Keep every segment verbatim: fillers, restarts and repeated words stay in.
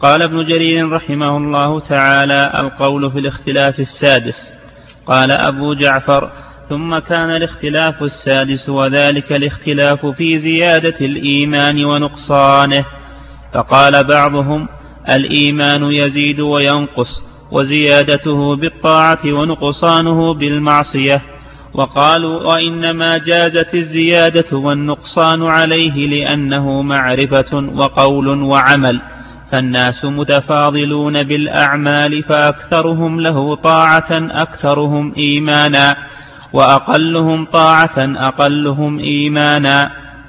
قال ابن جرير رحمه الله تعالى: القول في الاختلاف السادس. قال أبو جعفر: ثم كان الاختلاف السادس وذلك الاختلاف في زيادة الإيمان ونقصانه. فقال بعضهم: الإيمان يزيد وينقص، وزيادته بالطاعة ونقصانه بالمعصية. وقالوا: وإنما جازت الزيادة والنقصان عليه لأنه معرفة وقول وعمل، فالناس متفاضلون بالأعمال، فأكثرهم له طاعة أكثرهم إيمانا، وأقلهم طاعة أقلهم إيمانا.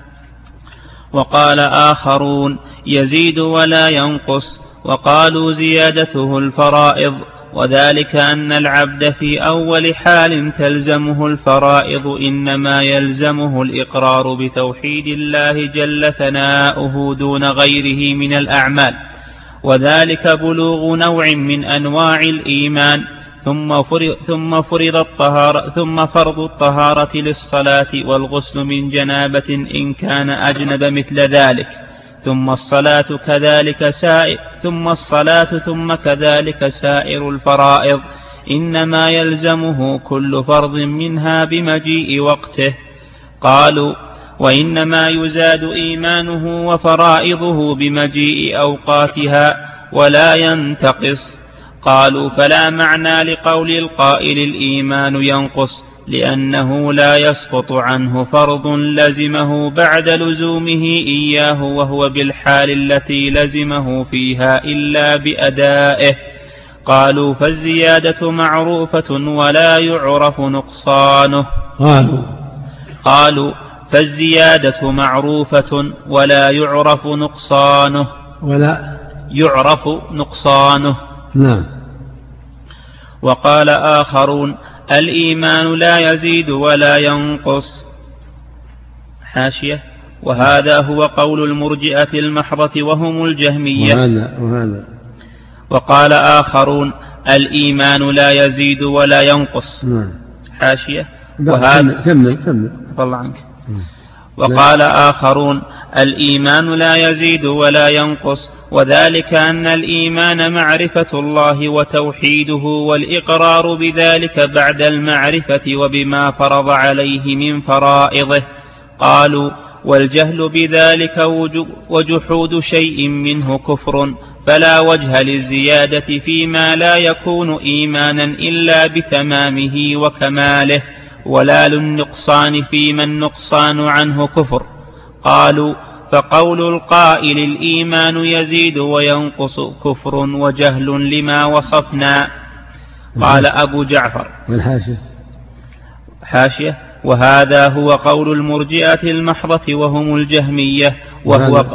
وقال آخرون: يزيد ولا ينقص، وقالوا زيادته الفرائض، وذلك أن العبد في أول حال تلزمه الفرائض إنما يلزمه الإقرار بتوحيد الله جل ثناؤه دون غيره من الأعمال، وذلك بلوغ نوع من أنواع الإيمان. ثم فرض, ثم فرض الطهارة ثم فرض الطهارة للصلاة والغسل من جنابة إن كان أجنب مثل ذلك، ثم الصلاة كذلك سائر ثم الصلاة ثم كذلك سائر الفرائض، إنما يلزمه كل فرض منها بمجيء وقته. قالوا: وإنما يزاد إيمانه وفرائضه بمجيء أوقاتها ولا ينتقص. قالوا: فلا معنى لقول القائل الإيمان ينقص، لأنه لا يسقط عنه فرض لزمه بعد لزومه إياه وهو بالحال التي لزمه فيها إلا بأدائه. قالوا: فالزيادة معروفة ولا يعرف نقصانه. قالوا قالوا فالزيادة معروفة ولا يعرف نقصانه ولا يعرف نقصانه. نعم. وقال آخرون: الإيمان لا يزيد ولا ينقص. حاشية: وهذا هو قول المرجئة المحضة وهم الجهمية. وهذا وهذا. وقال آخرون: الإيمان لا يزيد ولا ينقص. نعم. حاشية: وهذا كمل كمل الله عنك. وقال آخرون: الإيمان لا يزيد ولا ينقص، وذلك أن الإيمان معرفة الله وتوحيده والإقرار بذلك بعد المعرفة وبما فرض عليه من فرائضه. قالوا: والجهل بذلك وجحود شيء منه كفر، فلا وجه للزيادة فيما لا يكون إيمانا إلا بتمامه وكماله، ولا للنقصان فيما النقصان عنه كفر. قالوا: فقول القائل الإيمان يزيد وينقص كفر وجهل لما وصفنا. قال أبو جعفر: والحاشية حاشية: وهذا هو قول المرجئة المحضة وهم الجهمية، وهو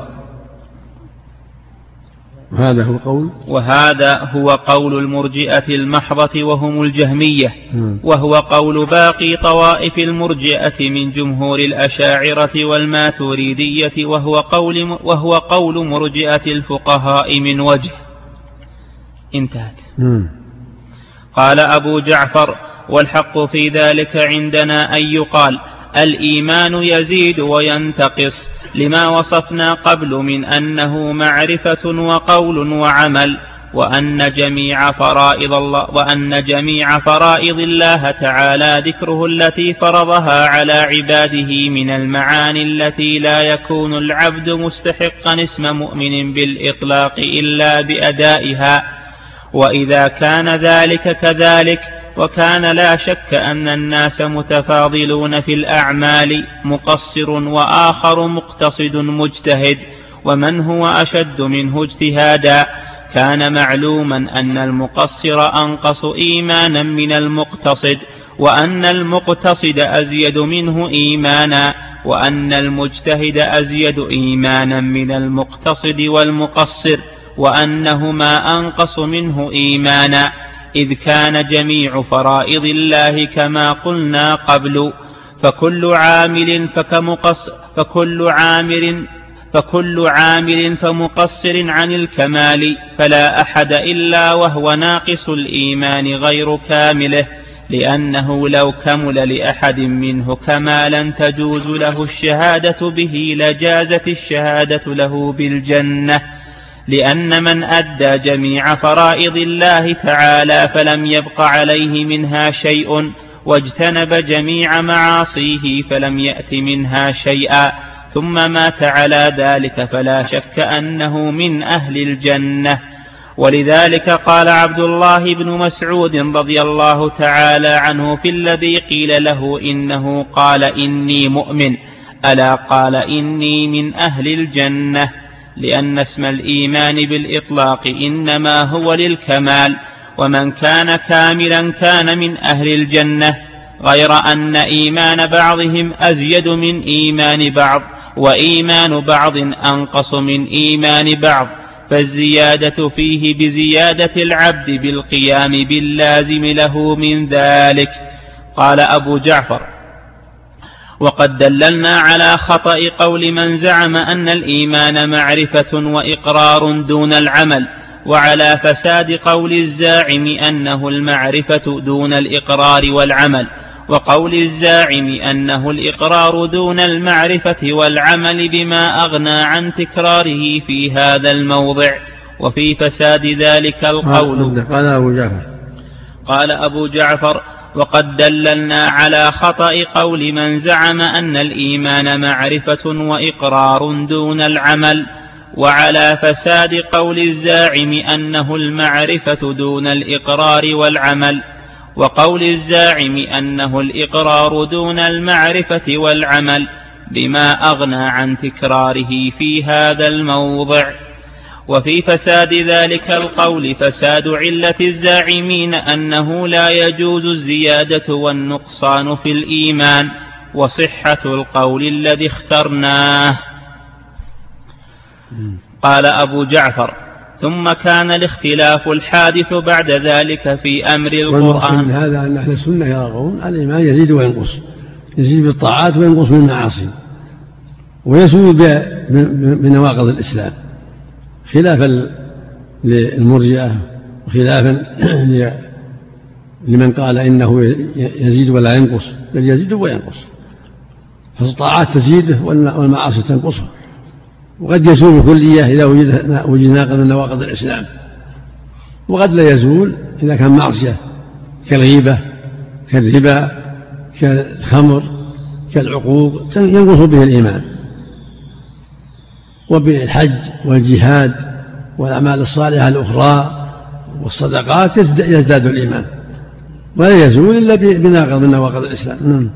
وهذا هو قول وهذا هو قول المرجئة المحضة وهم الجهمية، وهو قول باقي طوائف المرجئة من جمهور الأشاعرة والماتريدية، وهو قول وهو قول مرجئة الفقهاء من وجه. انتهت. قال أبو جعفر: والحق في ذلك عندنا أن يقال الإيمان يزيد وينتقص لما وصفنا قبل من أنه معرفة وقول وعمل، وأن جميع فرائض الله وأن جميع فرائض الله تعالى ذكره التي فرضها على عباده من المعاني التي لا يكون العبد مستحقا اسم مؤمن بالإطلاق إلا بأدائها. وإذا كان ذلك كذلك، وكان لا شك أن الناس متفاضلون في الأعمال، مقصر وآخر مقتصد مجتهد، ومن هو أشد منه اجتهادا، كان معلوما أن المقصر أنقص إيمانا من المقتصد، وأن المقتصد أزيد منه إيمانا، وأن المجتهد أزيد إيمانا من المقتصد والمقصر، وأنهما أنقص منه إيمانا، إذ كان جميع فرائض الله كما قلنا قبل، فكل عامل فكمقص فكل عامل فكل عامل فمقصر عن الكمال، فلا أحد إلا وهو ناقص الإيمان غير كامله، لأنه لو كمل لأحد منه كمالا تجوز له الشهادة به لجازت الشهادة له بالجنة، لأن من أدى جميع فرائض الله تعالى فلم يبق عليه منها شيء، واجتنب جميع معاصيه فلم يأت منها شيئا، ثم مات على ذلك فلا شك أنه من أهل الجنة. ولذلك قال عبد الله بن مسعود رضي الله تعالى عنه في الذي قيل له إنه قال إني مؤمن، ألا قال إني من أهل الجنة، لأن اسم الإيمان بالإطلاق إنما هو للكمال، ومن كان كاملا كان من أهل الجنة، غير أن إيمان بعضهم أزيد من إيمان بعض، وإيمان بعض أنقص من إيمان بعض، فالزيادة فيه بزيادة العبد بالقيام باللازم له من ذلك. قال أبو جعفر: وقد دللنا على خطأ قول من زعم أن الإيمان معرفة وإقرار دون العمل، وعلى فساد قول الزاعم أنه المعرفة دون الإقرار والعمل، وقول الزاعم أنه الإقرار دون المعرفة والعمل، بما أغنى عن تكراره في هذا الموضع. وفي فساد ذلك القول قال أبو جعفر قال أبو جعفر وقد دللنا على خطأ قول من زعم أن الإيمان معرفة وإقرار دون العمل، وعلى فساد قول الزاعم أنه المعرفة دون الإقرار والعمل، وقول الزاعم أنه الإقرار دون المعرفة والعمل، بما أغنى عن تكراره في هذا الموضع. وفي فساد ذلك القول فساد علة الزاعمين أنه لا يجوز الزيادة والنقصان في الإيمان، وصحة القول الذي اخترناه. قال أبو جعفر: ثم كان الاختلاف الحادث بعد ذلك في أمر القرآن. والمقصود هذا أن أهل السنة يرون الإيمان يزيد وينقص، يزيد بالطاعات وينقص بالمعاصي، ويزول بنواقض الإسلام، خلافا للمرجئة وخلافا لمن قال إنه يزيد ولا ينقص، بل يزيد وينقص، فالطاعات تزيده والمعاصي تنقصه، وقد يزول بكلية إذا وجد ناقض من نواقض الإسلام، وقد لا يزول إذا كان معصية كالغيبة كالربا كالخمر كالعقوق ينقص به الإيمان. وبالحج والجهاد والأعمال الصالحة الأخرى والصدقات يزداد الإيمان، ولا يزول إلا بناقض من نواقض الإسلام.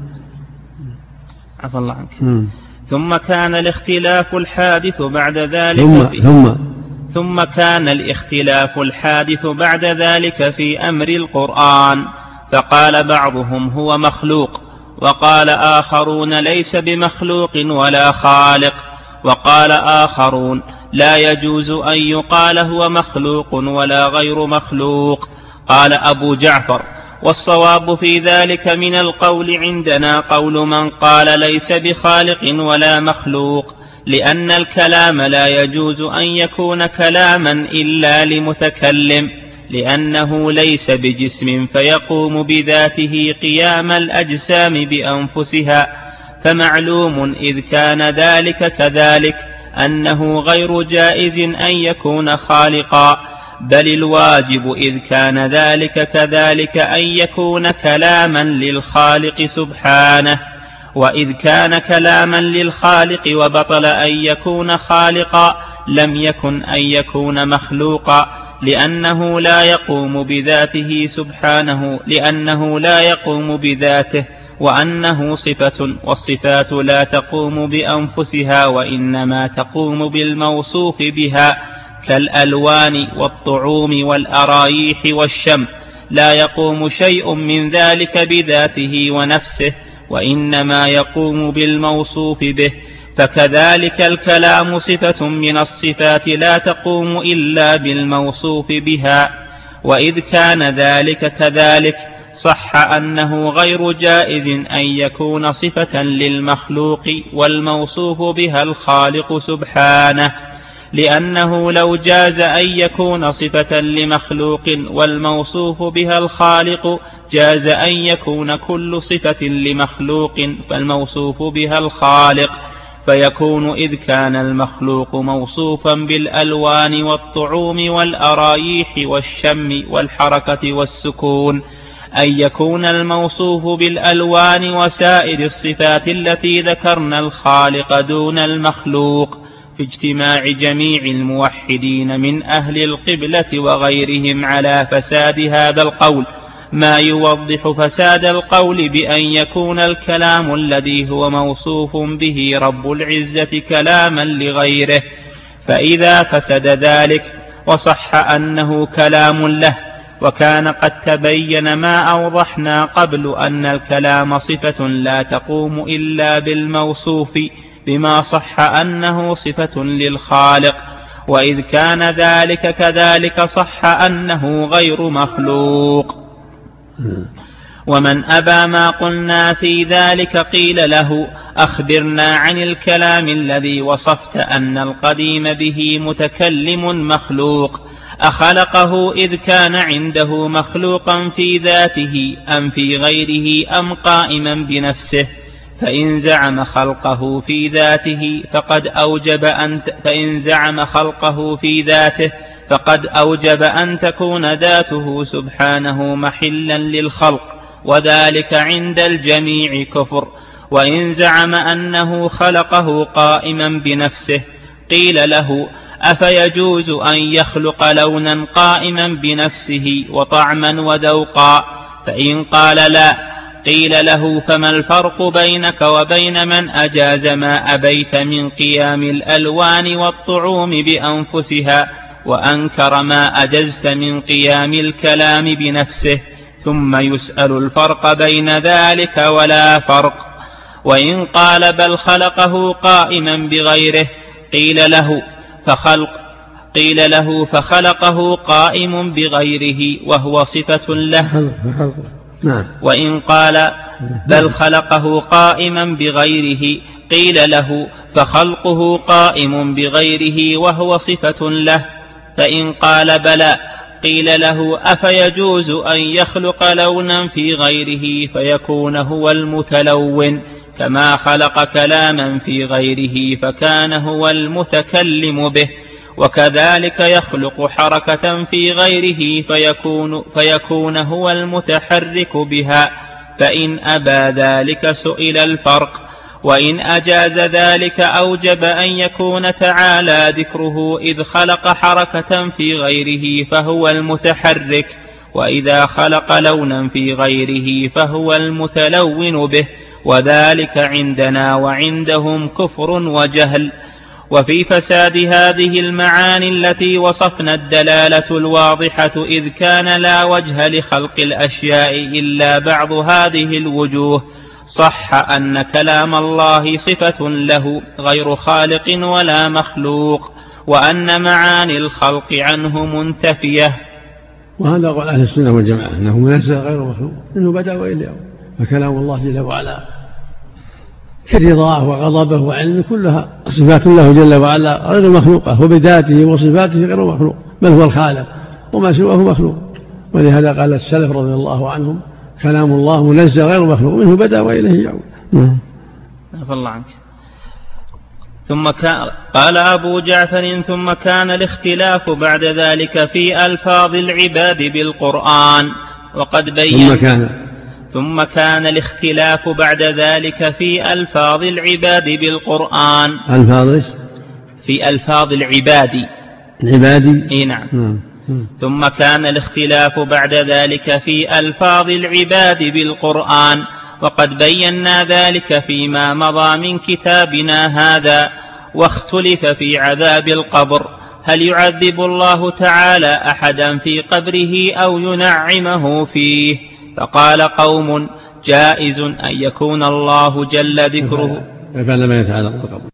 عفى الله عنك. ثم كان الاختلاف الحادث بعد ذلك ثم, في ثم, ثم كان الاختلاف الحادث بعد ذلك في أمر القرآن، فقال بعضهم هو مخلوق، وقال آخرون ليس بمخلوق ولا خالق، وقال آخرون لا يجوز أن يقال هو مخلوق ولا غير مخلوق. قال أبو جعفر: والصواب في ذلك من القول عندنا قول من قال ليس بخالق ولا مخلوق، لأن الكلام لا يجوز أن يكون كلاما إلا لمتكلم، لأنه ليس بجسم فيقوم بذاته قيام الأجسام بأنفسها، فمعلوم إذ كان ذلك كذلك أنه غير جائز أن يكون خالقا، بل الواجب إذ كان ذلك كذلك أن يكون كلاما للخالق سبحانه، وإذ كان كلاما للخالق وبطل أن يكون خالقا لم يكن أن يكون مخلوقا، لأنه لا يقوم بذاته سبحانه، لأنه لا يقوم بذاته، وأنه صفة، والصفات لا تقوم بأنفسها وإنما تقوم بالموصوف بها، كالألوان والطعوم والأرايح والشم، لا يقوم شيء من ذلك بذاته ونفسه، وإنما يقوم بالموصوف به. فكذلك الكلام صفة من الصفات لا تقوم إلا بالموصوف بها، وإذ كان ذلك كذلك صح أنه غير جائز أن يكون صفة للمخلوق والموصوف بها الخالق سبحانه، لأنه لو جاز أن يكون صفة لمخلوق والموصوف بها الخالق جاز أن يكون كل صفة لمخلوق فالموصوف بها الخالق، فيكون إذ كان المخلوق موصوفا بالألوان والطعوم والأرايح والشم والحركة والسكون أن يكون الموصوف بالألوان وسائر الصفات التي ذكرنا الخالق دون المخلوق في اجتماع جميع الموحدين من أهل القبلة وغيرهم على فساد هذا القول ما يوضح فساد القول بأن يكون الكلام الذي هو موصوف به رب العزة كلاما لغيره. فإذا فسد ذلك وصح أنه كلام له وكان قد تبين ما أوضحنا قبل أن الكلام صفة لا تقوم إلا بالموصوف بما صح أنه صفة للخالق، وإذ كان ذلك كذلك صح أنه غير مخلوق. ومن أبى ما قلنا في ذلك قيل له أخبرنا عن الكلام الذي وصفت أن القديم به متكلم مخلوق، أخلقه إذ كان عنده مخلوقا في ذاته أم في غيره أم قائما بنفسه؟ فإن زعم خلقه في ذاته فقد أوجب أن فإن زعم خلقه في ذاته فقد أوجب أن تكون ذاته سبحانه محلا للخلق، وذلك عند الجميع كفر. وإن زعم أنه خلقه قائما بنفسه قيل له أفيجوز أن يخلق لونا قائما بنفسه وطعما وذوقا؟ فإن قال لا قيل له فما الفرق بينك وبين من أجاز ما أبيت من قيام الألوان والطعوم بأنفسها وأنكر ما أجزت من قيام الكلام بنفسه؟ ثم يسأل الفرق بين ذلك ولا فرق. وإن قال بل خلقه قائما بغيره قيل له فخلق قيل له فخلقه قائم بغيره وهو صفة له. وإن قال بل خلقه قائما بغيره قيل له فخلقه قائم بغيره وهو صفة له. فإن قال بلى قيل له أفيجوز أن يخلق لونا في غيره فيكون هو المتلون كما خلق كلاما في غيره فكان هو المتكلم به، وكذلك يخلق حركة في غيره فيكون, فيكون هو المتحرك بها. فإن أبى ذلك سئل الفرق، وإن أجاز ذلك أوجب أن يكون تعالى ذكره إذ خلق حركة في غيره فهو المتحرك، وإذا خلق لونا في غيره فهو المتلون به، وذلك عندنا وعندهم كفر وجهل. وفي فساد هذه المعاني التي وصفنا الدلالة الواضحة إذ كان لا وجه لخلق الأشياء إلا بعض هذه الوجوه. صح أن كلام الله صفة له غير خالق ولا مخلوق، وأن معاني الخلق عنه منتفية. وهذا قول أهل السنة والجماعة أنه منزه غير مخلوق إنه بدأ وإليه، فكلام الله جل وعلا كرضاه وغضبه وعلمه كلها صفات له جل وعلا غير مخلوقة، وبذاته وصفاته غير مخلوق، بل هو الخالق وما سواه مخلوق. ولهذا قال السلف رضي الله عنهم كلام الله منزه غير مخلوق منه بدأ وإليه يعود. عفى الله عنك. ثم كان قال أبو جعفر ثم كان الاختلاف بعد ذلك في ألفاظ العباد بالقرآن، وقد بين ثم كان ثم كان الاختلاف بعد ذلك في ألفاظ العباد بالقرآن. ألفاظ في ألفاظ العباد العباد إيه نعم. م. م. ثم كان الاختلاف بعد ذلك في ألفاظ العباد بالقرآن، وقد بينا ذلك فيما مضى من كتابنا هذا. واختلف في عذاب القبر، هل يعذب الله تعالى أحدا في قبره أو ينعمه فيه؟ فقال قوم جائز أن يكون الله جل ذكره. فعل ما يتعلق بالقبر.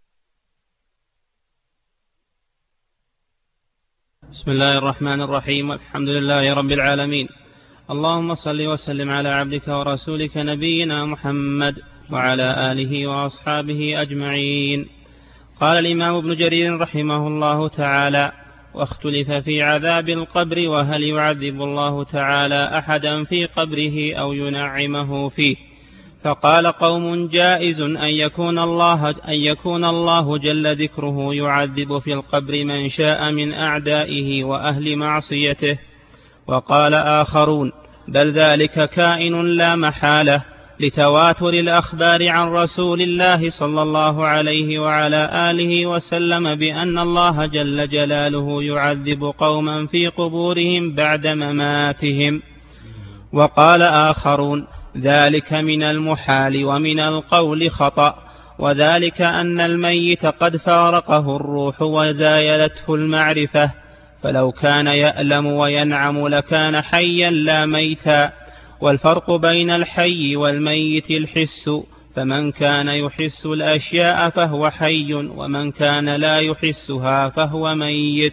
بسم الله الرحمن الرحيم، الحمد لله رب العالمين، اللهم صل وسلم على عبدك ورسولك نبينا محمد وعلى آله وأصحابه أجمعين. قال الإمام ابن جرير رحمه الله تعالى: واختلف في عذاب القبر، وهل يعذب الله تعالى أحدا في قبره أو ينعمه فيه؟ فقال قوم جائز أن يكون الله, أن يكون الله جل ذكره يعذب في القبر من شاء من أعدائه وأهل معصيته. وقال آخرون بل ذلك كائن لا محالة لتواتر الأخبار عن رسول الله صلى الله عليه وعلى آله وسلم بأن الله جل جلاله يعذب قوما في قبورهم بعد مماتهم. وقال آخرون ذلك من المحال ومن القول خطأ، وذلك أن الميت قد فارقه الروح وزايلته المعرفة، فلو كان يألم وينعم لكان حيا لا ميتا. والفرق بين الحي والميت الحس، فمن كان يحس الأشياء فهو حي، ومن كان لا يحسها فهو ميت.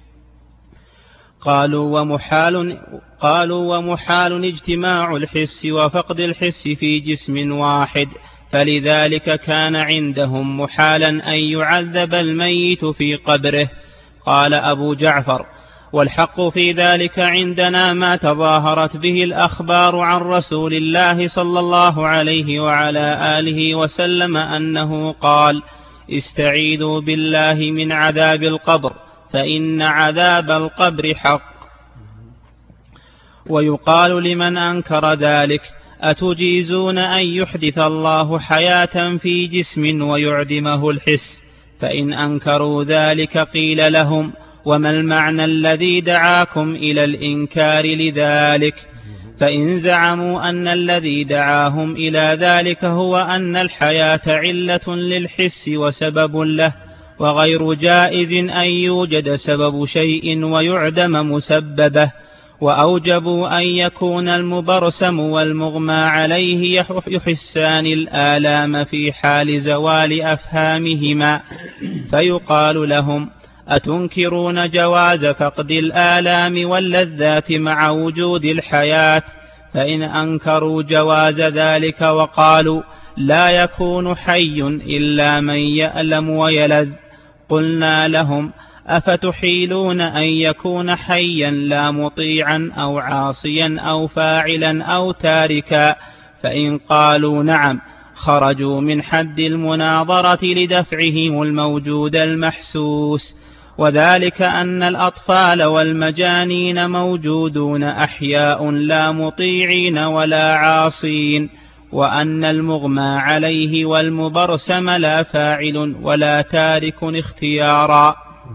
قالوا ومحال, قالوا ومحال اجتماع الحس وفقد الحس في جسم واحد، فلذلك كان عندهم محالا أن يعذب الميت في قبره. قال أبو جعفر والحق في ذلك عندنا ما تظاهرت به الأخبار عن رسول الله صلى الله عليه وعلى آله وسلم أنه قال استعيذوا بالله من عذاب القبر فإن عذاب القبر حق. ويقال لمن أنكر ذلك أتجيزون أن يحدث الله حياة في جسم ويعدمه الحس؟ فإن أنكروا ذلك قيل لهم وما المعنى الذي دعاكم إلى الإنكار لذلك؟ فإن زعموا أن الذي دعاهم إلى ذلك هو أن الحياة علة للحس وسبب له، وغير جائز أن يوجد سبب شيء ويعدم مسببه، وأوجبوا أن يكون المبرسم والمغمى عليه يحسان الآلام في حال زوال أفهامهما، فيقال لهم أتنكرون جواز فقد الآلام واللذات مع وجود الحياة؟ فإن أنكروا جواز ذلك وقالوا لا يكون حي إلا من يألم ويلذ، قلنا لهم أفتحيلون أن يكون حيا لا مطيعا أو عاصيا أو فاعلا أو تاركا؟ فإن قالوا نعم خرجوا من حد المناظرة لدفعهم الموجود المحسوس، وذلك أن الأطفال والمجانين موجودون أحياء لا مطيعين ولا عاصين، وأن المغمى عليه والمبرسم لا فاعل ولا تارك اختيارا.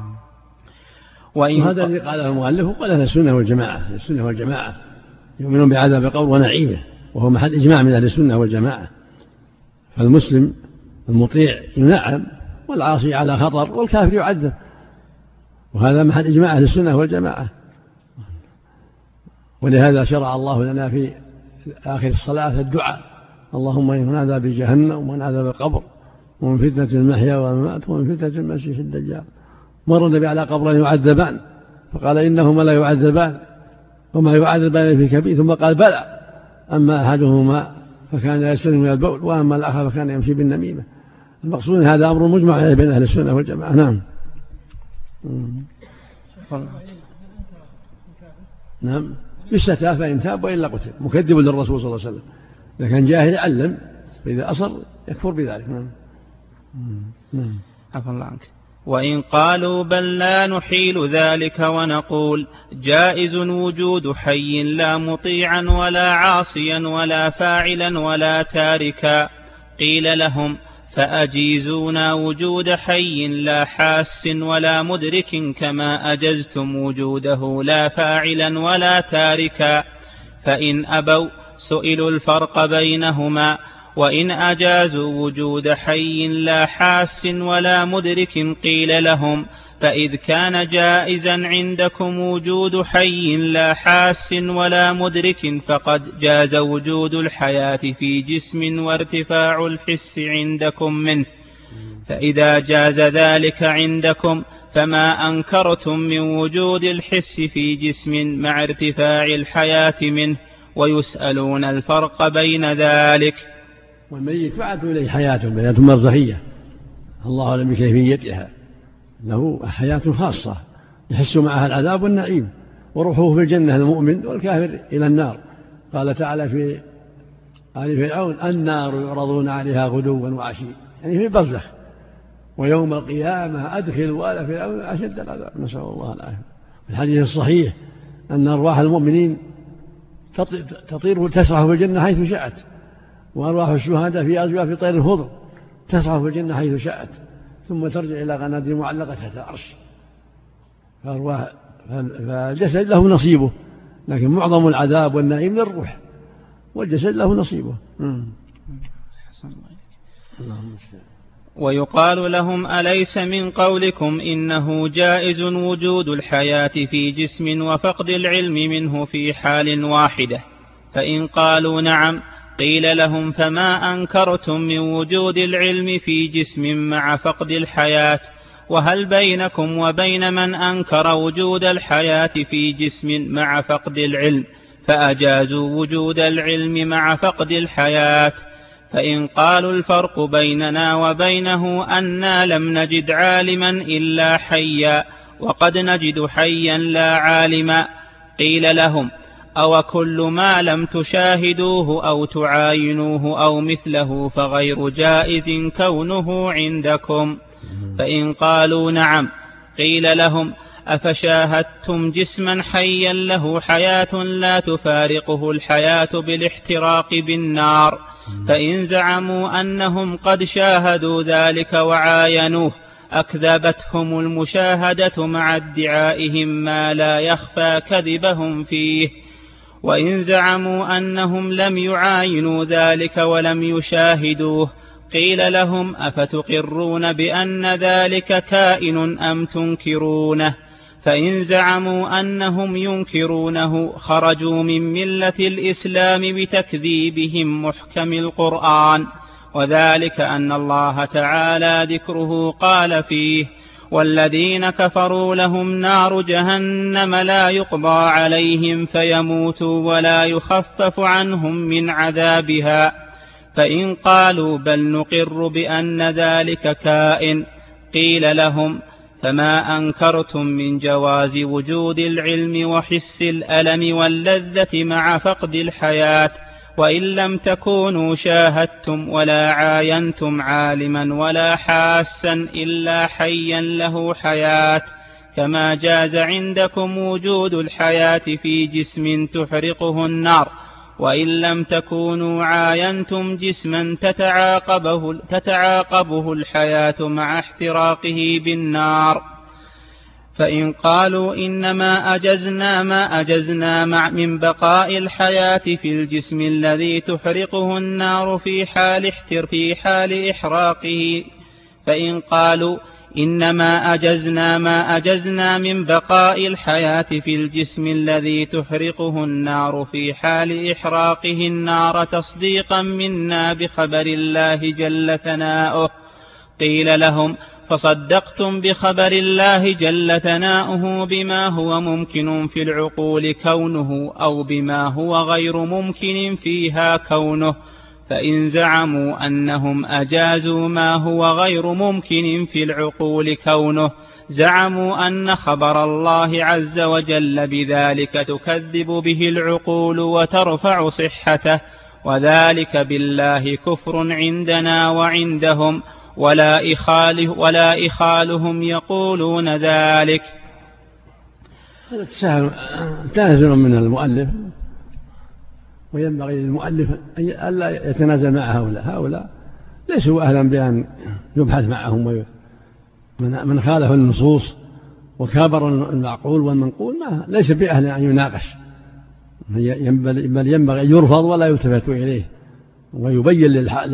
وهذا الذي قاله المؤلف قال أهل السنة والجماعة. السنة والجماعة يؤمنون بعذاب القبر ونعيمه، وهو محل إجماع من أهل السنة والجماعة. فالمسلم المطيع ينعم، والعاصي على خطر، والكافر يعذب، وهذا محل إجماع أهل السنة والجماعة. ولهذا شرع الله لنا في آخر الصلاة الدعاء اللهم إنه من عذاب جهنم ومن عذاب القبر ومن فتنة المحيا والممات ومن فتنة المسيح الدجال. مر النبي على قبرين يعذبان فقال إنهما لا يعذبان وما يعذبان في كبير، ثم قال بلى، أما أحدهما فكان يستلم من البول وأما الآخر فكان يمشي بالنميمة. المقصود هذا أمر مجمع عليه بين أهل السنة والجماعة. نعم. نعم بالستاء فإن تاب وإلا قتل، مكذب للرسول صلى الله عليه وسلم. إذا كان جاهل يعلم، فإذا أصر يكفر بذلك. نعم. نعم. عفوا الله عنك. وإن قالوا بل لا نحيل ذلك ونقول جائز وجود حي لا مطيعا ولا عاصيا ولا فاعلا ولا تاركا، قيل لهم فأجيزونا وجود حي لا حاس ولا مدرك كما أجزتم وجوده لا فاعلا ولا تاركا. فإن أبوا سئلوا الفرق بينهما، وإن أجازوا وجود حي لا حاس ولا مدرك قيل لهم فإذ كان جائزا عندكم وجود حي لا حاس ولا مدرك فقد جاز وجود الحياة في جسم وارتفاع الحس عندكم منه، فإذا جاز ذلك عندكم فما أنكرتم من وجود الحس في جسم مع ارتفاع الحياة منه، ويسألون الفرق بين ذلك. والميت فعلت إليه حياة حياة مرزخية الله أعلم بكيفيتها، له حياة خاصة يحس معها العذاب والنعيم، وروحه في الجنة المؤمن والكافر إلى النار. قال تعالى في آل فرعون النار يعرضون عليها غدوا وعشيا، يعني في برزخ. ويوم القيامة أدخلوا آل فرعون أشد العذاب، نسأل الله العافية. في الحديث الصحيح أن أرواح المؤمنين تطير تسرح في الجنة حيث شاءت، وأرواح الشهداء في أجواف طير الخضر تسرح في الجنة حيث شاءت، ثم ترجع إلى قناديل معلقة تحت العرش. فأرواح فالجسد له نصيبه، لكن معظم العذاب والنعيم للروح، والجسد له نصيبه. ويقال لهم: أليس من قولكم إنه جائز وجود الحياة في جسم وفقد العلم منه في حال واحدة؟ فإن قالوا نعم قيل لهم: فما أنكرتم من وجود العلم في جسم مع فقد الحياة؟ وهل بينكم وبين من أنكر وجود الحياة في جسم مع فقد العلم فأجازوا وجود العلم مع فقد الحياة؟ فإن قالوا: الفرق بيننا وبينه أننا لم نجد عالما إلا حيا، وقد نجد حيا لا عالما، قيل لهم: أو كل ما لم تشاهدوه أو تعاينوه أو مثله فغير جائز كونه عندكم؟ فإن قالوا نعم قيل لهم: أفشاهدتم جسما حيا له حياة لا تفارقه الحياة بالاحتراق بالنار؟ فإن زعموا أنهم قد شاهدوا ذلك وعاينوه أكذبتهم المشاهدة مع ادعائهم ما لا يخفى كذبهم فيه. وإن زعموا أنهم لم يعاينوا ذلك ولم يشاهدوه قيل لهم: أفتقرون بأن ذلك كائن أم تنكرونه؟ فإن زعموا أنهم ينكرونه خرجوا من ملة الإسلام بتكذيبهم محكم القرآن، وذلك أن الله تعالى ذكره قال فيه: والذين كفروا لهم نار جهنم لا يقضى عليهم فيموتوا ولا يخفف عنهم من عذابها. فإن قالوا: بل نقر بأن ذلك كائن، قيل لهم: فما أنكرتم من جواز وجود العلم وحس الألم واللذة مع فقد الحياة، وإن لم تكونوا شاهدتم ولا عاينتم عالما ولا حاسا إلا حيا له حياة، كما جاز عندكم وجود الحياة في جسم تحرقه النار، وإن لم تكونوا عاينتم جسما تتعاقبه, تتعاقبه الحياة مع احتراقه بالنار. فإن قالوا: إنما أجزنا ما أجزنا مع من بقاء الحياة في الجسم الذي تحرقه النار في حال احتر في حال إحراقه فإن قالوا: إنما أجزنا ما أجزنا من بقاء الحياة في الجسم الذي تحرقه النار في حال إحراقه النار تصديقا منا بخبر الله جل ثناؤه، قيل لهم: فصدقتم بخبر الله جل ثناؤه بما هو ممكن في العقول كونه أو بما هو غير ممكن فيها كونه. فإن زعموا أنهم أجازوا ما هو غير ممكن في العقول كونه، زعموا أن خبر الله عز وجل بذلك تكذب به العقول وترفع صحته، وذلك بالله كفر عندنا وعندهم، ولا إخاله ولا إخالهم يقولون ذلك. هذا تنازل من المؤلف، وينبغي للمؤلف ألا يتنازل مع هؤلاء. هؤلاء ليسوا أهلا بأن يبحث معهم، من خالف النصوص وكابر المعقول والمنقول ما ليس بأهل أن يناقش، بل ينبغي أن يرفض ولا يلتفت إليه، ويبين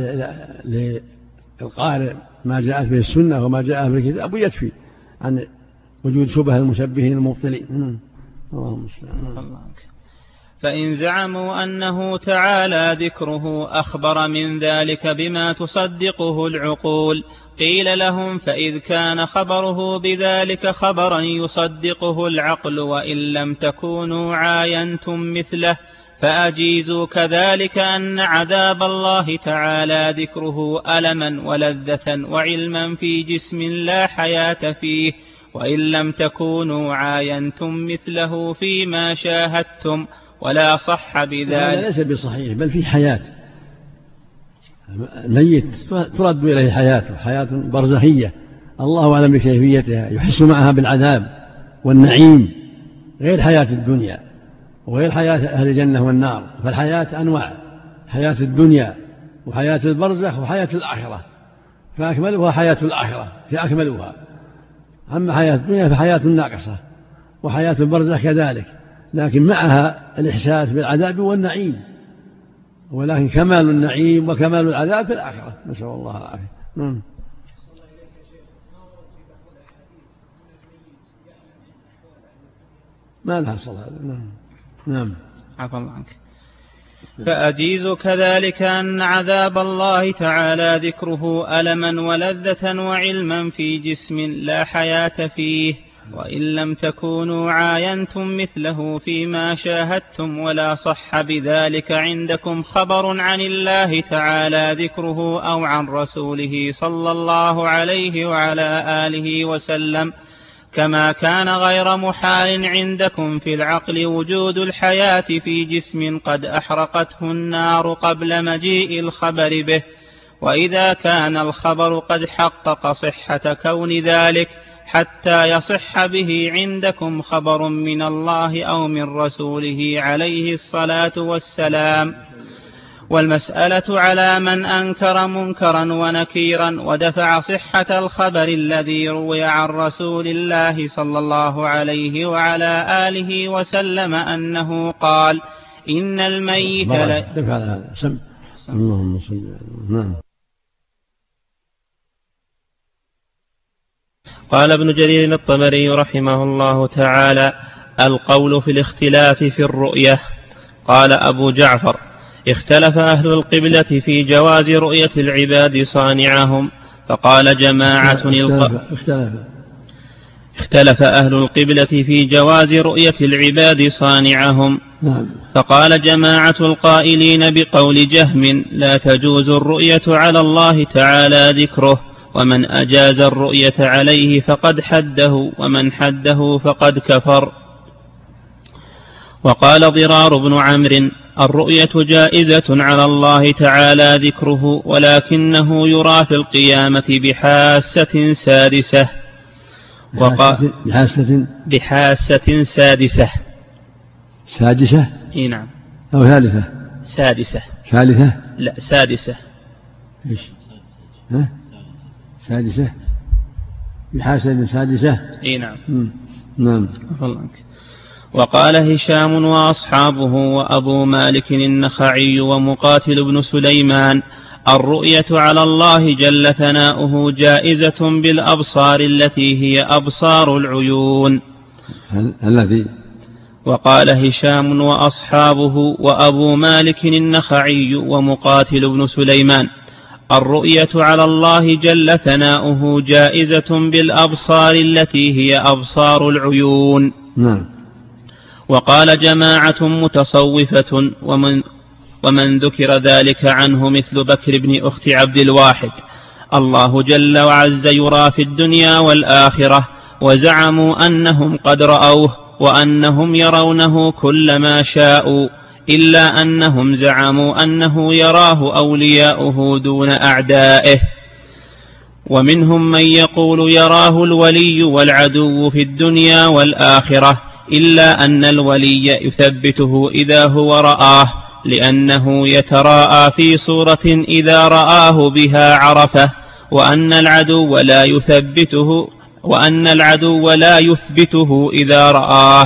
للقارئ ما جاءت به السنة وما جاء في الكتاب، ويكفي عن وجود شبه المشبهين المبطلين. اللهم صل على محمد. فإن زعموا أنه تعالى ذكره أخبر من ذلك بما تصدقه العقول، قيل لهم: فإذ كان خبره بذلك خبرا يصدقه العقل وإن لم تكونوا عاينتم مثله، فأجيزوا كذلك أن عذاب الله تعالى ذكره ألما ولذة وعلما في جسم لا حياة فيه، وإن لم تكونوا عاينتم مثله فيما شاهدتم، ولا صح بذلك. هذا ليس بصحيح، بل في حياة الميت ترد إليه حياته، حياة برزخية الله أعلم بكيفيتها، يحس معها بالعذاب والنعيم غير حياة الدنيا وغير حياة أهل الجنة والنار. فالحياة أنواع، حياة الدنيا وحياة البرزخ وحياة الآخرة، فأكملها حياة الآخرة هي أكملها. أما حياة الدنيا فحياة ناقصة، وحياة البرزخ كذلك، لكن معها الإحساس بالعذاب والنعيم، ولكن كمال النعيم وكمال العذاب في الآخرة، نسأل الله العافية. نعم. ما لها صلاة. نعم. نعم. عفى الله عنك. فأجيز كذلك أن عذاب الله تعالى ذكره ألما ولذة وعلما في جسم لا حياة فيه، وإن لم تكونوا عاينتم مثله فيما شاهدتم ولا صح بذلك عندكم خبر عن الله تعالى ذكره أو عن رسوله صلى الله عليه وعلى آله وسلم، كما كان غير محال عندكم في العقل وجود الحياة في جسم قد أحرقته النار قبل مجيء الخبر به. وإذا كان الخبر قد حقق صحة كون ذلك حتى يصح به عندكم خبر من الله أو من رسوله عليه الصلاة والسلام. والمسألة على من أنكر منكرا ونكيرا ودفع صحة الخبر الذي روي عن رسول الله صلى الله عليه وعلى آله وسلم أنه قال إن الميت لا دفع هذا سم اللهم صل. نعم. قال ابن جرير الطبري رحمه الله تعالى: القول في الاختلاف في الرؤية. قال أبو جعفر: اختلف أهل القبلة في جواز رؤية العباد صانعهم، فقال جماعة اختلف, اختلف. اختلف أهل القبلة في جواز رؤية العباد صانعهم، فقال جماعة القائلين بقول جهم لا تجوز الرؤية على الله تعالى ذكره، ومن أجاز الرؤية عليه فقد حده، ومن حده فقد كفر. وقال ضرار بن عمرو: الرؤية جائزة على الله تعالى ذكره، ولكنه يرى في القيامة بحاسة سادسة. وقال بحاسة بحاسة سادسة سادسة اي نعم أو ثالثة سادسة ثالثة لا سادسة ايش ها سادسة بحاسة سادسة اي نعم م. نعم. وقال هشام وأصحابه وأبو مالك النخعي ومقاتل بن سليمان: الرؤية على الله جل ثناؤه جائزة بالأبصار التي هي أبصار العيون. الذي وقال هشام وأصحابه وأبو مالك النخعي ومقاتل بن سليمان: الرؤية على الله جل ثناؤه جائزة بالأبصار التي هي أبصار العيون. نعم. وقال جماعة متصوفة ومن, ومن ذكر ذلك عنه مثل بكر بن أخت عبد الواحد: الله جل وعز يرى في الدنيا والآخرة، وزعموا أنهم قد رأوه وأنهم يرونه كل ما شاءوا، إلا أنهم زعموا أنه يراه أولياؤه دون أعدائه. ومنهم من يقول يراه الولي والعدو في الدنيا والآخرة، إلا أن الولي يثبته إذا هو رآه، لأنه يتراءى في صورة إذا رآه بها عرفه، وأن العدو لا يثبته وأن العدو لا يثبته إذا رآه.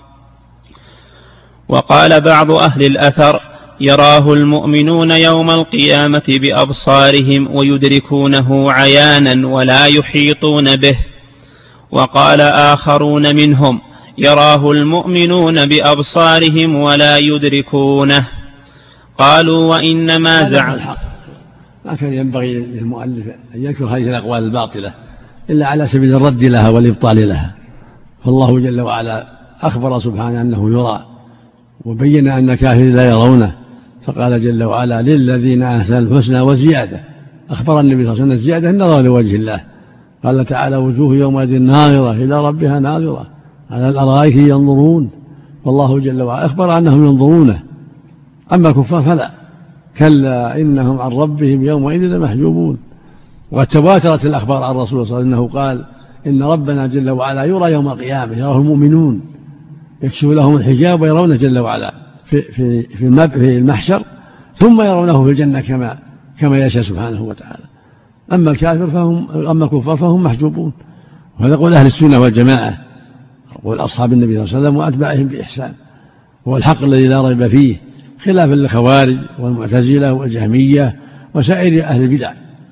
وقال بعض أهل الأثر: يراه المؤمنون يوم القيامة بأبصارهم ويدركونه عيانا ولا يحيطون به. وقال آخرون منهم: يراه المؤمنون بأبصارهم ولا يدركونه. قالوا: وإنما زعم. ما كان ينبغي للمؤلف أن يذكر هذه الأقوال الباطلة إلا على سبيل الرد لها والإبطال لها، فالله جل وعلا أخبر سبحانه أنه يرى، وبين أن الكافرين لا يرونه، فقال جل وعلا: للذين أحسنوا الحسنى وزيادة. أخبر النبي صلى الله عليه وسلم الزيادة النظر لوجه الله. قال تعالى: وجوه يومئذ ناظرة إلى ربها ناظرة على الأرائك ينظرون. والله جل وعلا أخبر أنهم ينظرونه، أما الكفار فلا، كلا إنهم عن ربهم يومئذ لمحجوبون. وقد تواترت الأخبار عن الرسول صلى الله عليه وسلم أنه قال إن ربنا جل وعلا يرى يوم القيامة، يراه المؤمنون يكشف لهم الحجاب ويرونه جل وعلا في في في المحشر، ثم يرونه في الجنة كما كما يشاء سبحانه وتعالى. أما الكافر فهم أما الكفار فهم محجوبون. وهذا قول أهل السنة والجماعة، قول أصحاب النبي صلى الله عليه وسلم وأتباعهم بإحسان، هو الحق الذي لا ريب فيه، خلافا للخوارج والمعتزلة والجهمية وسائر أهل البدع.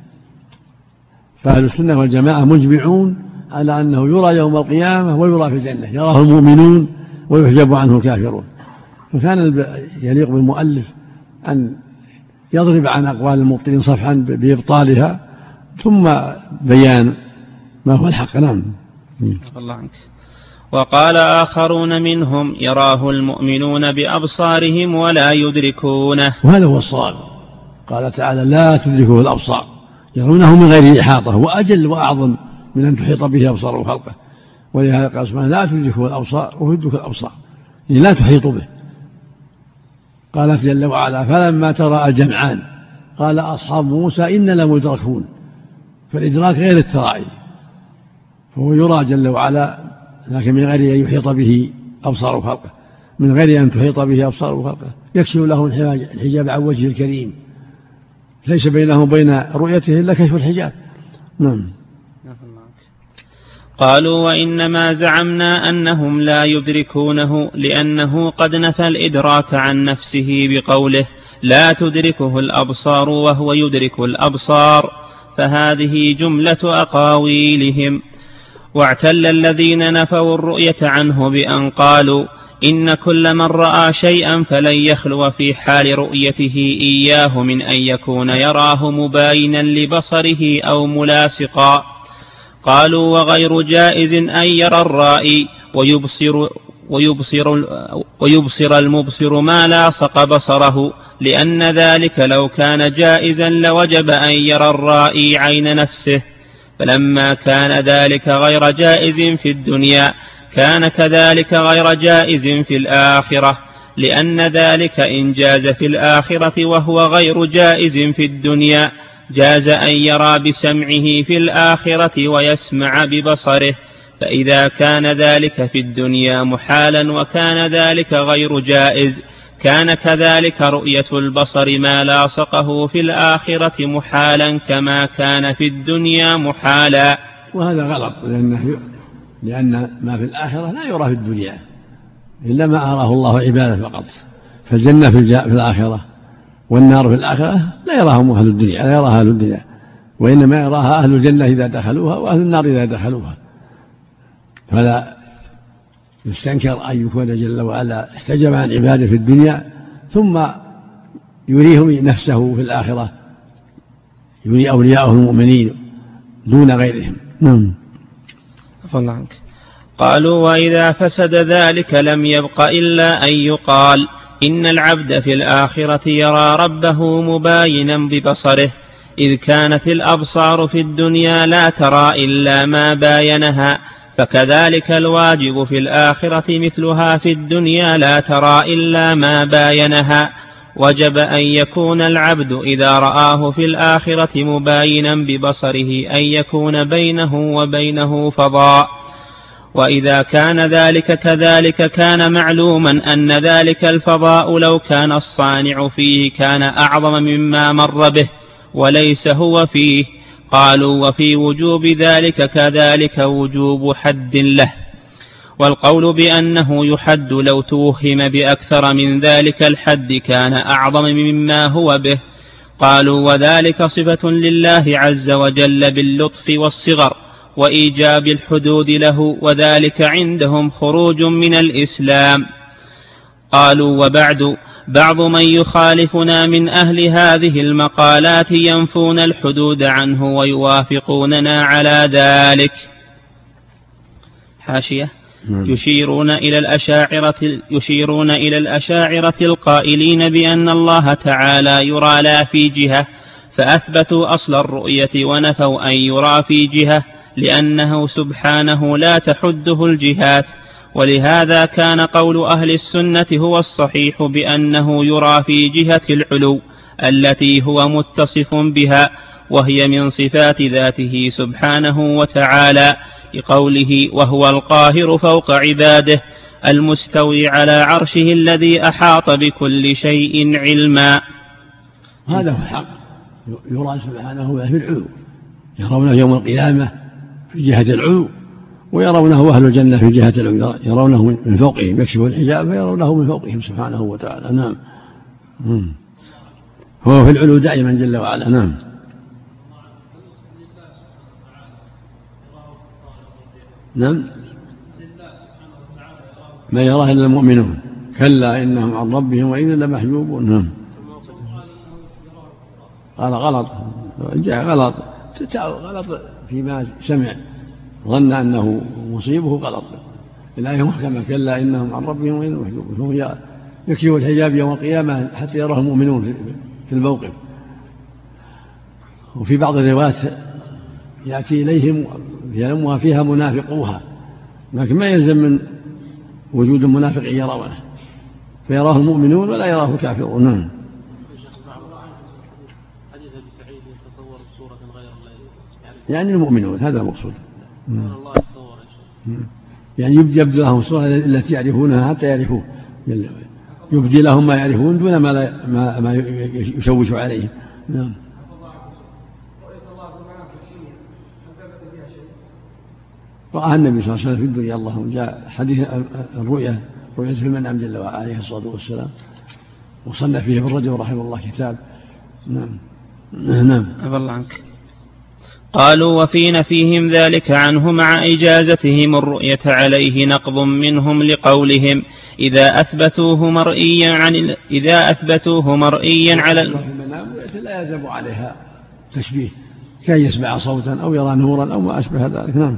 فأهل السنة والجماعة مجمعون على أنه يرى يوم القيامة ويرى في الجنة، يراه المؤمنون ويحجب عنه الكافرون. فكان يليق بالمؤلف أن يضرب عن أقوال المبطلين صفحا بإبطالها ثم بيان ما هو الحق. نعم. الله عنك. وقال آخرون منهم يراه المؤمنون بأبصارهم ولا يدركونه، وهذا هو الصواب. قال تعالى لا تدركه الأبصار، يرونه من غير إحاطة، وأجل وأعظم من أن تحيط به أبصار خلقه. ولهذا قال سبحانه لا تدركه الأبصار ويدرك الأبصار، يعني لا تحيط به. قالت جل وعلا فلما ترى الجمعان قال أصحاب موسى إن لمدركون، فالإدراك غير التراعي، فهو يرى جل وعلا لكن من غير أن يحيط به أبصار خلقه، من غير أن تحيط به أبصار خلقه. يكشف له الحجاب عن وجهه الكريم، ليس بينه وبين رؤيته إلا كشف الحجاب. نعم. قالوا وإنما زعمنا أنهم لا يدركونه لأنه قد نفى الإدراك عن نفسه بقوله لا تدركه الأبصار وهو يدرك الأبصار، فهذه جملة أقاويلهم. واعتل الذين نفوا الرؤية عنه بأن قالوا إن كل من رأى شيئا فلن يخلو في حال رؤيته إياه من أن يكون يراه مباينا لبصره أو ملاصقا. قالوا وغير جائز أن يرى الرائي ويبصر, ويبصر, ويبصر المبصر ما لاصق بصره، لأن ذلك لو كان جائزا لوجب أن يرى الرائي عين نفسه، فلما كان ذلك غير جائز في الدنيا كان كذلك غير جائز في الآخرة، لأن ذلك إن جاز في الآخرة وهو غير جائز في الدنيا جاز أن يرى بسمعه في الآخرة ويسمع ببصره، فإذا كان ذلك في الدنيا محالا وكان ذلك غير جائز كان كذلك رؤية البصر ما لاصقه في الآخرة محالا كما كان في الدنيا محالا. وهذا غلط، لأنه لأن ما في الآخرة لا يرى في الدنيا إلا ما أراه الله عباده فقط، فالجنة في الآخرة والنار في الآخرة لا يراهم أهل الدنيا، لا يراها أهل الدنيا، وإنما يراها أهل الجنة إذا دخلوها وأهل النار إذا دخلوها. فلا يستنكر أن يكون جل وعلا احتجب عن عباده في الدنيا ثم يريهم نفسه في الآخرة، يري أولياءه المؤمنين دون غيرهم. نعم. الله عنك. قالوا وإذا فسد ذلك لم يبق إلا أن يقال إن العبد في الآخرة يرى ربه مباينا ببصره، إذ كانت الأبصار في الدنيا لا ترى إلا ما باينها، فكذلك الواجب في الآخرة مثلها في الدنيا لا ترى إلا ما باينها. وجب أن يكون العبد إذا رآه في الآخرة مباينا ببصره أن يكون بينه وبينه فضاء، وإذا كان ذلك كذلك كان معلوما أن ذلك الفضاء لو كان الصانع فيه كان أعظم مما مر به وليس هو فيه. قالوا وفي وجوب ذلك كذلك وجوب حد له، والقول بأنه يحد لو توهم بأكثر من ذلك الحد كان أعظم مما هو به. قالوا وذلك صفة لله عز وجل باللطف والصغر وإيجاب الحدود له، وذلك عندهم خروج من الإسلام. قالوا وبعد بعض من يخالفنا من أهل هذه المقالات ينفون الحدود عنه ويوافقوننا على ذلك. حاشية. يشيرون إلى الأشاعرة يشيرون إلى الأشاعرة القائلين بأن الله تعالى يرى لا في جهة، فأثبتوا أصل الرؤية ونفوا أن يرى في جهة، لأنه سبحانه لا تحده الجهات. ولهذا كان قول أهل السنة هو الصحيح بأنه يرى في جهة العلو، التي هو متصف بها، وهي من صفات ذاته سبحانه وتعالى، لقوله: وهو القاهر فوق عباده المستوي على عرشه الذي أحاط بكل شيء علما. هذا هو الحق، يرى سبحانه في العلو، يرونه يوم القيامة في جهة العلو، ويرونه أهل الجنة في جهة العلو، يرونه من فوقهم، يكشف الحجاب فيرونه من فوقهم سبحانه وتعالى. نعم، هو في العلو دائما جل وعلا. نعم. نعم، ما يراه إلا المؤمنون، كلا إنهم عن ربهم وإذا لمحجوبون. نعم. قال غلط، جاء غلط غلط فيما سمع، ظن أنه مصيبه غلط. الآية محكمة: كلا إنهم عن ربهم وإذا لمحجوبون. هو يكشف الحجاب يوم القيامة حتى يراه المؤمنون في الموقف. وفي بعض الروايات يأتي إليهم يلمها فيها منافقوها، لكن ما يلزم من وجود المنافق يرونه، فيراه المؤمنون ولا يراه الكافرون. نعم. يعني المؤمنون، هذا المقصود. يعني يبدي لهم الصورة التي يعرفونها حتى يعرفوه، يبدي لهم ما يعرفون دون ما, لا ما, ما يشوش عليهم. نعم. رأى النبي صلى الله عليه وسلم في الدنيا، الله جاء حديث الرؤيا، رؤية في المنام جل وعلا عليه الصلاة والسلام، وصنف فيه بالرجل رحمه الله كتاب. نعم. نعم. عفى الله عنك. قالوا: وفي نفيهم ذلك عنه مع إجازتهم الرؤية عليه نقض منهم، لقولهم: إذا أثبتوه مرئيا عن إذا أثبتوه مرئيا على المنام لا يلزم عليها تشبيه، كي يسمع صوتا أو يرى نورا أو ما أشبه ذلك. نعم.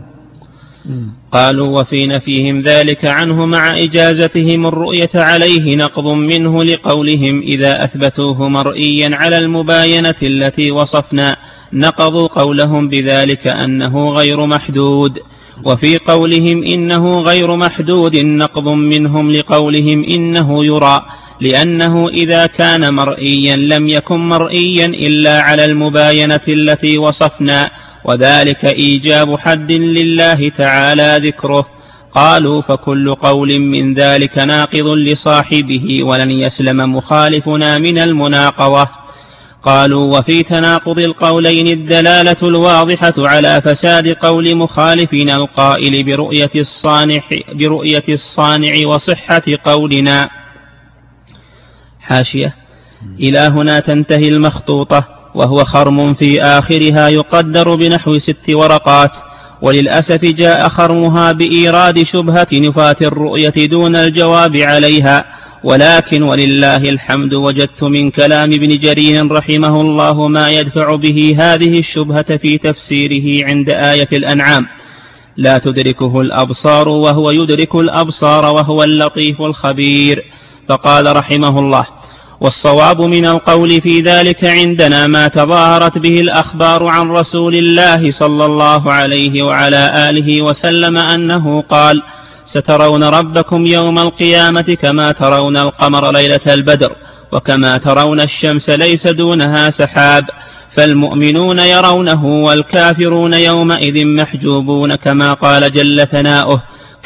قالوا: وفي نفيهم ذلك عنه مع إجازتهم الرؤية عليه نقض منه، لقولهم: إذا أثبتوه مرئيا على المباينة التي وصفنا، نقضوا قولهم بذلك أنه غير محدود. وفي قولهم إنه غير محدود نقض منهم، لقولهم إنه يرى، لأنه إذا كان مرئيا لم يكن مرئيا إلا على المباينة التي وصفنا، وذلك إيجاب حد لله تعالى ذكره. قالوا: فكل قول من ذلك ناقض لصاحبه، ولن يسلم مخالفنا من المناقضة. قالوا: وفي تناقض القولين الدلالة الواضحة على فساد قول مخالفنا القائل برؤية الصانع, برؤية الصانع وصحة قولنا. حاشية. إلى هنا تنتهي المخطوطة، وهو خرم في آخرها يقدر بنحو ست ورقات، وللأسف جاء خرمها بإيراد شبهة نفاة الرؤية دون الجواب عليها، ولكن ولله الحمد وجدت من كلام ابن جرير رحمه الله ما يدفع به هذه الشبهة في تفسيره عند آية الأنعام: لا تدركه الأبصار وهو يدرك الأبصار وهو اللطيف الخبير. فقال رحمه الله: والصواب من القول في ذلك عندنا ما تظاهرت به الأخبار عن رسول الله صلى الله عليه وعلى آله وسلم أنه قال: سترون ربكم يوم القيامة كما ترون القمر ليلة البدر، وكما ترون الشمس ليس دونها سحاب، فالمؤمنون يرونه والكافرون يومئذ محجوبون، كما قال جل ثناؤه: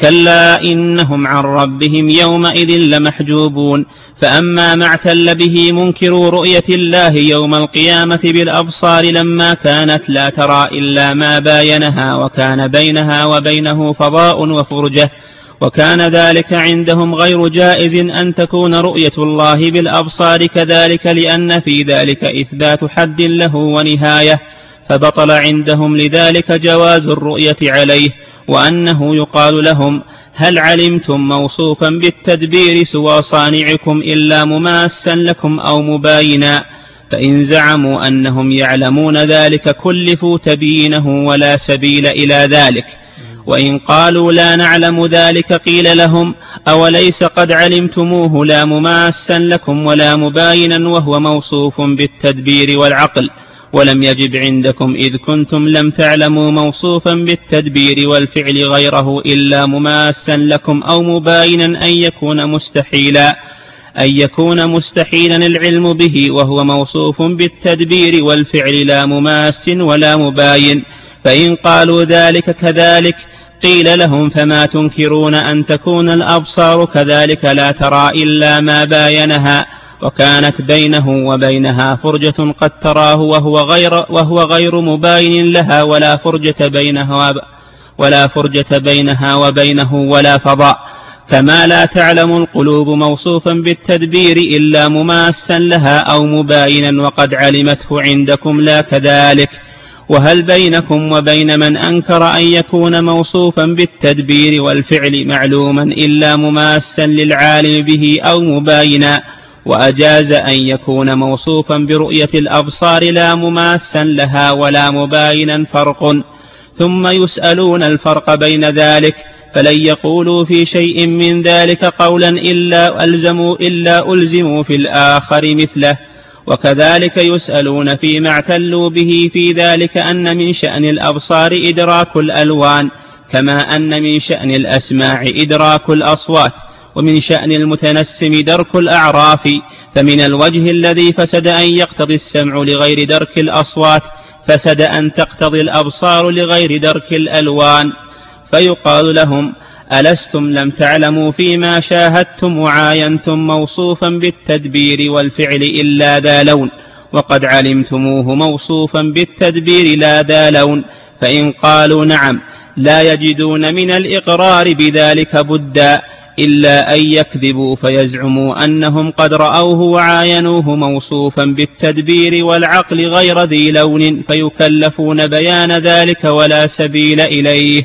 كلا إنهم عن ربهم يومئذ لمحجوبون. فأما ما اعتل به منكروا رؤية الله يوم القيامة بالأبصار لما كانت لا ترى إلا ما باينها، وكان بينها وبينه فضاء وفرجة، وكان ذلك عندهم غير جائز أن تكون رؤية الله بالأبصار كذلك، لأن في ذلك إثبات حد له ونهاية، فبطل عندهم لذلك جواز الرؤية عليه، وأنه يقال لهم: هل علمتم موصوفا بالتدبير سوى صانعكم إلا مماسا لكم أو مباينا؟ فإن زعموا أنهم يعلمون ذلك كلفوا تبيينه ولا سبيل إلى ذلك. وإن قالوا لا نعلم ذلك قيل لهم: أوليس قد علمتموه لا مماسا لكم ولا مباينا وهو موصوف بالتدبير والعقل، ولم يجب عندكم إذ كنتم لم تعلموا موصوفا بالتدبير والفعل غيره إلا مماسا لكم أو مباينا أن يكون مستحيلا. أن يكون مستحيلا العلم به وهو موصوف بالتدبير والفعل لا مماس ولا مباين. فإن قالوا ذلك كذلك قيل لهم فما تنكرون أن تكون الأبصار كذلك لا ترى إلا ما باينها وكانت بينه وبينها فرجة قد تراه وهو غير, وهو غير مباين لها ولا فرجة بينها ولا فرجة بينها وبينه ولا فضاء. كما لا تعلم القلوب موصوفا بالتدبير إلا مماسا لها أو مباينا وقد علمته عندكم لا كذلك. وهل بينكم وبين من أنكر أن يكون موصوفا بالتدبير والفعل معلوما إلا مماسا للعالم به أو مباينا وأجاز أن يكون موصوفا برؤية الأبصار لا مماسا لها ولا مباينا فرق؟ ثم يسألون الفرق بين ذلك فلن يقولوا في شيء من ذلك قولا إلا ألزموا, إلا ألزموا في الآخر مثله. وكذلك يسألون فيما اعتلوا به في ذلك أن من شأن الأبصار إدراك الألوان كما أن من شأن الأسماع إدراك الأصوات ومن شأن المتنسم درك الأعراف. فمن الوجه الذي فسد أن يقتضي السمع لغير درك الأصوات فسد أن تقتضي الأبصار لغير درك الألوان. فيقال لهم ألستم لم تعلموا فيما شاهدتم وعاينتم موصوفا بالتدبير والفعل إلا ذا لون وقد علمتموه موصوفا بالتدبير لا ذا لون؟ فإن قالوا نعم لا يجدون من الإقرار بذلك بدا إلا أن يكذبوا فيزعموا أنهم قد رأوه وعاينوه موصوفا بالتدبير والعقل غير ذي لون فيكلفون بيان ذلك ولا سبيل إليه.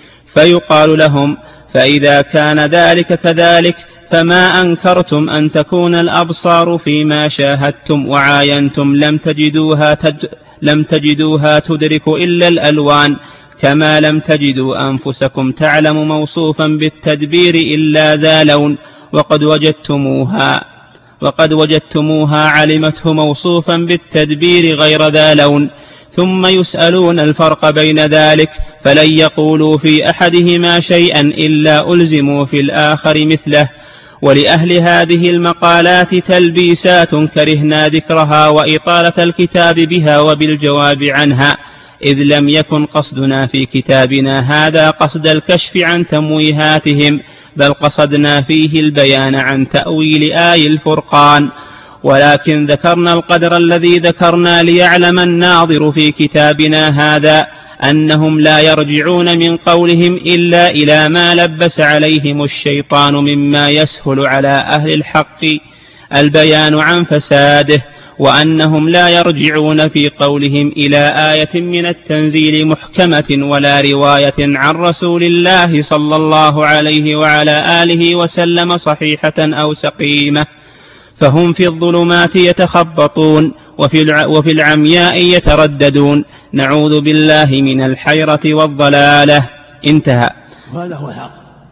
فيقال لهم فإذا كان ذلك كذلك فما أنكرتم أن تكون الأبصار فيما شاهدتم وعاينتم لم تجدوها, تد لم تجدوها تدرك إلا الألوان كما لم تجدوا أنفسكم تعلم موصوفا بالتدبير إلا ذا لون وقد وجدتموها, وقد وجدتموها علمته موصوفا بالتدبير غير ذا لون. ثم يسألون الفرق بين ذلك فلن يقولوا في أحدهما شيئا إلا ألزموا في الآخر مثله. ولأهل هذه المقالات تلبيسات كرهنا ذكرها وإطالة الكتاب بها وبالجواب عنها إذ لم يكن قصدنا في كتابنا هذا قصد الكشف عن تمويهاتهم بل قصدنا فيه البيان عن تأويل آي الفرقان. ولكن ذكرنا القدر الذي ذكرنا ليعلم الناظر في كتابنا هذا أنهم لا يرجعون من قولهم إلا إلى ما لبس عليهم الشيطان مما يسهل على أهل الحق البيان عن فساده وأنهم لا يرجعون في قولهم إلى آية من التنزيل محكمة ولا رواية عن رسول الله صلى الله عليه وعلى آله وسلم صحيحة أو سقيمة فهم في الظلمات يتخبطون وفي العمياء يترددون نعوذ بالله من الحيرة والضلالة. انتهى. وهذا هو الحق.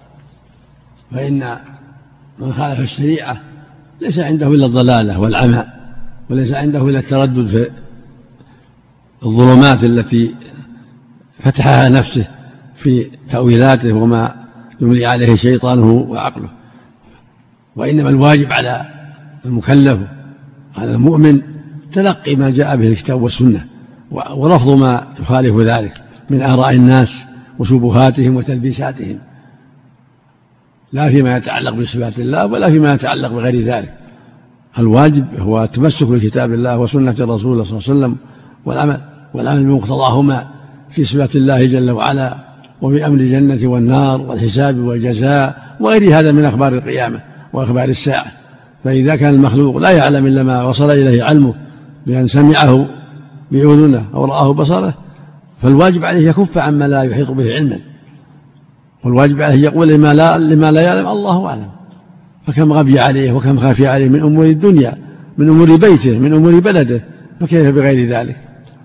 فإن من خالف الشريعة ليس عنده إلا الضلالة والعمى وليس عنده إلا التردد في الظلمات التي فتحها نفسه في تأويلاته وما يملي عليه شيطانه وعقله. وإنما الواجب على المكلف على المؤمن تلقي ما جاء به الكتاب والسنة ورفض ما يخالف ذلك من آراء الناس وشبهاتهم وتلبيساتهم لا فيما يتعلق بصفات الله ولا فيما يتعلق بغير ذلك. الواجب هو التمسك بكتاب الله وسنة الرسول صلى الله عليه وسلم والعمل والعمل بمقتضاهما في صفات الله جل وعلا وفي أمر الجنة والنار والحساب والجزاء وغير هذا من أخبار القيامة وأخبار الساعة. فإذا كان المخلوق لا يعلم إلا ما وصل إليه علمه بأن سمعه بأذنه أو رآه بصره فالواجب عليه يكف عما لا يحيط به علما والواجب عليه يقول لما لا, لما لا يعلم الله أعلم. فكم غبي عليه وكم خافي عليه من أمور الدنيا من أمور بيته من أمور بلده فكيف بغير ذلك.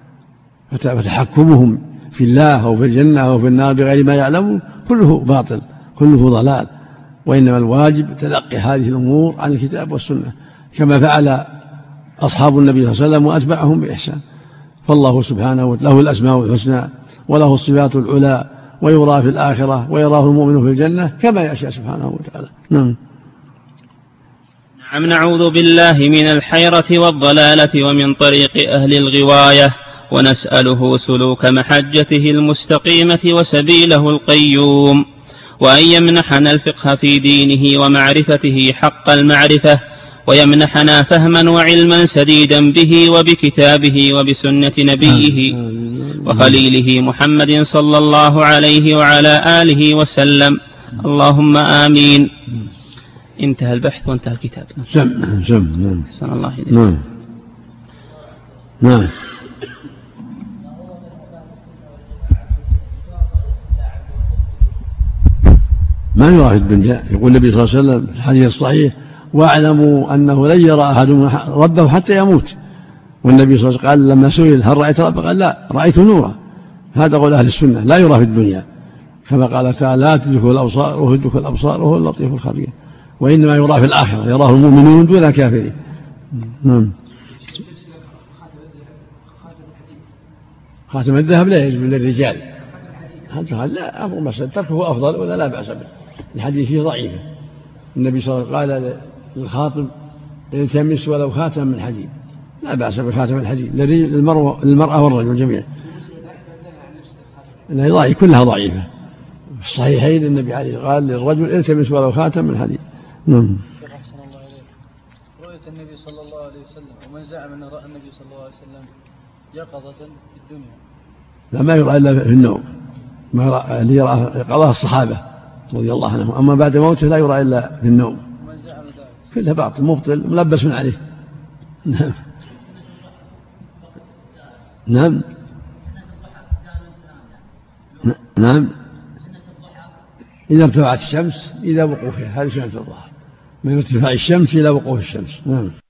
فتحكمهم في الله أو في الجنة أو في النار بغير ما يعلمون كله باطل كله ضلال. وإنما الواجب تلقي هذه الأمور عن الكتاب والسنة كما فعل أصحاب النبي صلى الله عليه وسلم وأتبعهم بإحسان. فالله سبحانه له الأسماء الحسنى وله الصفات العلى ويرى في الآخرة ويراه المؤمن في الجنة كما يشاء سبحانه وتعالى. نعم. نعم. نعوذ بالله من الحيرة والضلالة ومن طريق أهل الغواية، ونسأله سلوك محجته المستقيمة وسبيله القيوم، وأن يمنحنا الفقه في دينه ومعرفته حق المعرفة، ويمنحنا فهما وعلما سديدا به وبكتابه وبسنة نبيه وخليله محمد صلى الله عليه وعلى آله وسلم. اللهم آمين. انتهى البحث وانتهى الكتاب. سم سم نعم. أحسن الله إليك. نعم نعم. ما يرى في الدنيا. يقول النبي صلى الله عليه وسلم في الحديث الصحيح: واعلموا أنه لن يرى أحد ربه حتى يموت. والنبي صلى الله عليه وسلم قال لما سئل: هل رأيت ربك؟ قال: لا، رأيت نورا. هذا قول أهل السنة، لا يرى في الدنيا، كما قال تعالى: لا تدركه الأبصار وهو يدرك الأبصار وهو اللطيف الخبير. وإنما يرى في الآخرة، يراه المؤمنون دون الكافرين. نعم. خاتم الذهب لا يجب للرجال. لا، أمر مسألة تركه أفضل ولا لا بأس به. الحديث فيه ضعيفة. النبي صلى الله عليه وسلم قال للخاطب: التمس ولو خاتم من حديد. لا بأس بخاتم الحديد للمرأة والرجل جميعا. ضعيف، كلها ضعيفة. في الصحيحين النبي عليه قال للرجل: التمس ولو خاتم من حديد. نعم. رؤية النبي صلى الله عليه وسلم، ومن زعم أن رأى النبي صلى الله عليه وسلم يقظة في الدنيا. لا، ما يرى إلا في النوم. ما يرى اللي يرى يقظة الصحابة رضي الله عنهم، أما بعد موته لا يرى إلا في النوم. ومن زعم ذلك كله باطل مبطل ملبس من عليه. نعم نعم نعم. إذا ارتفعت الشمس إلى وقوفها، هذه سنة الضحى، من ارتفاع الشمس إلى وقوف الشمس. نعم.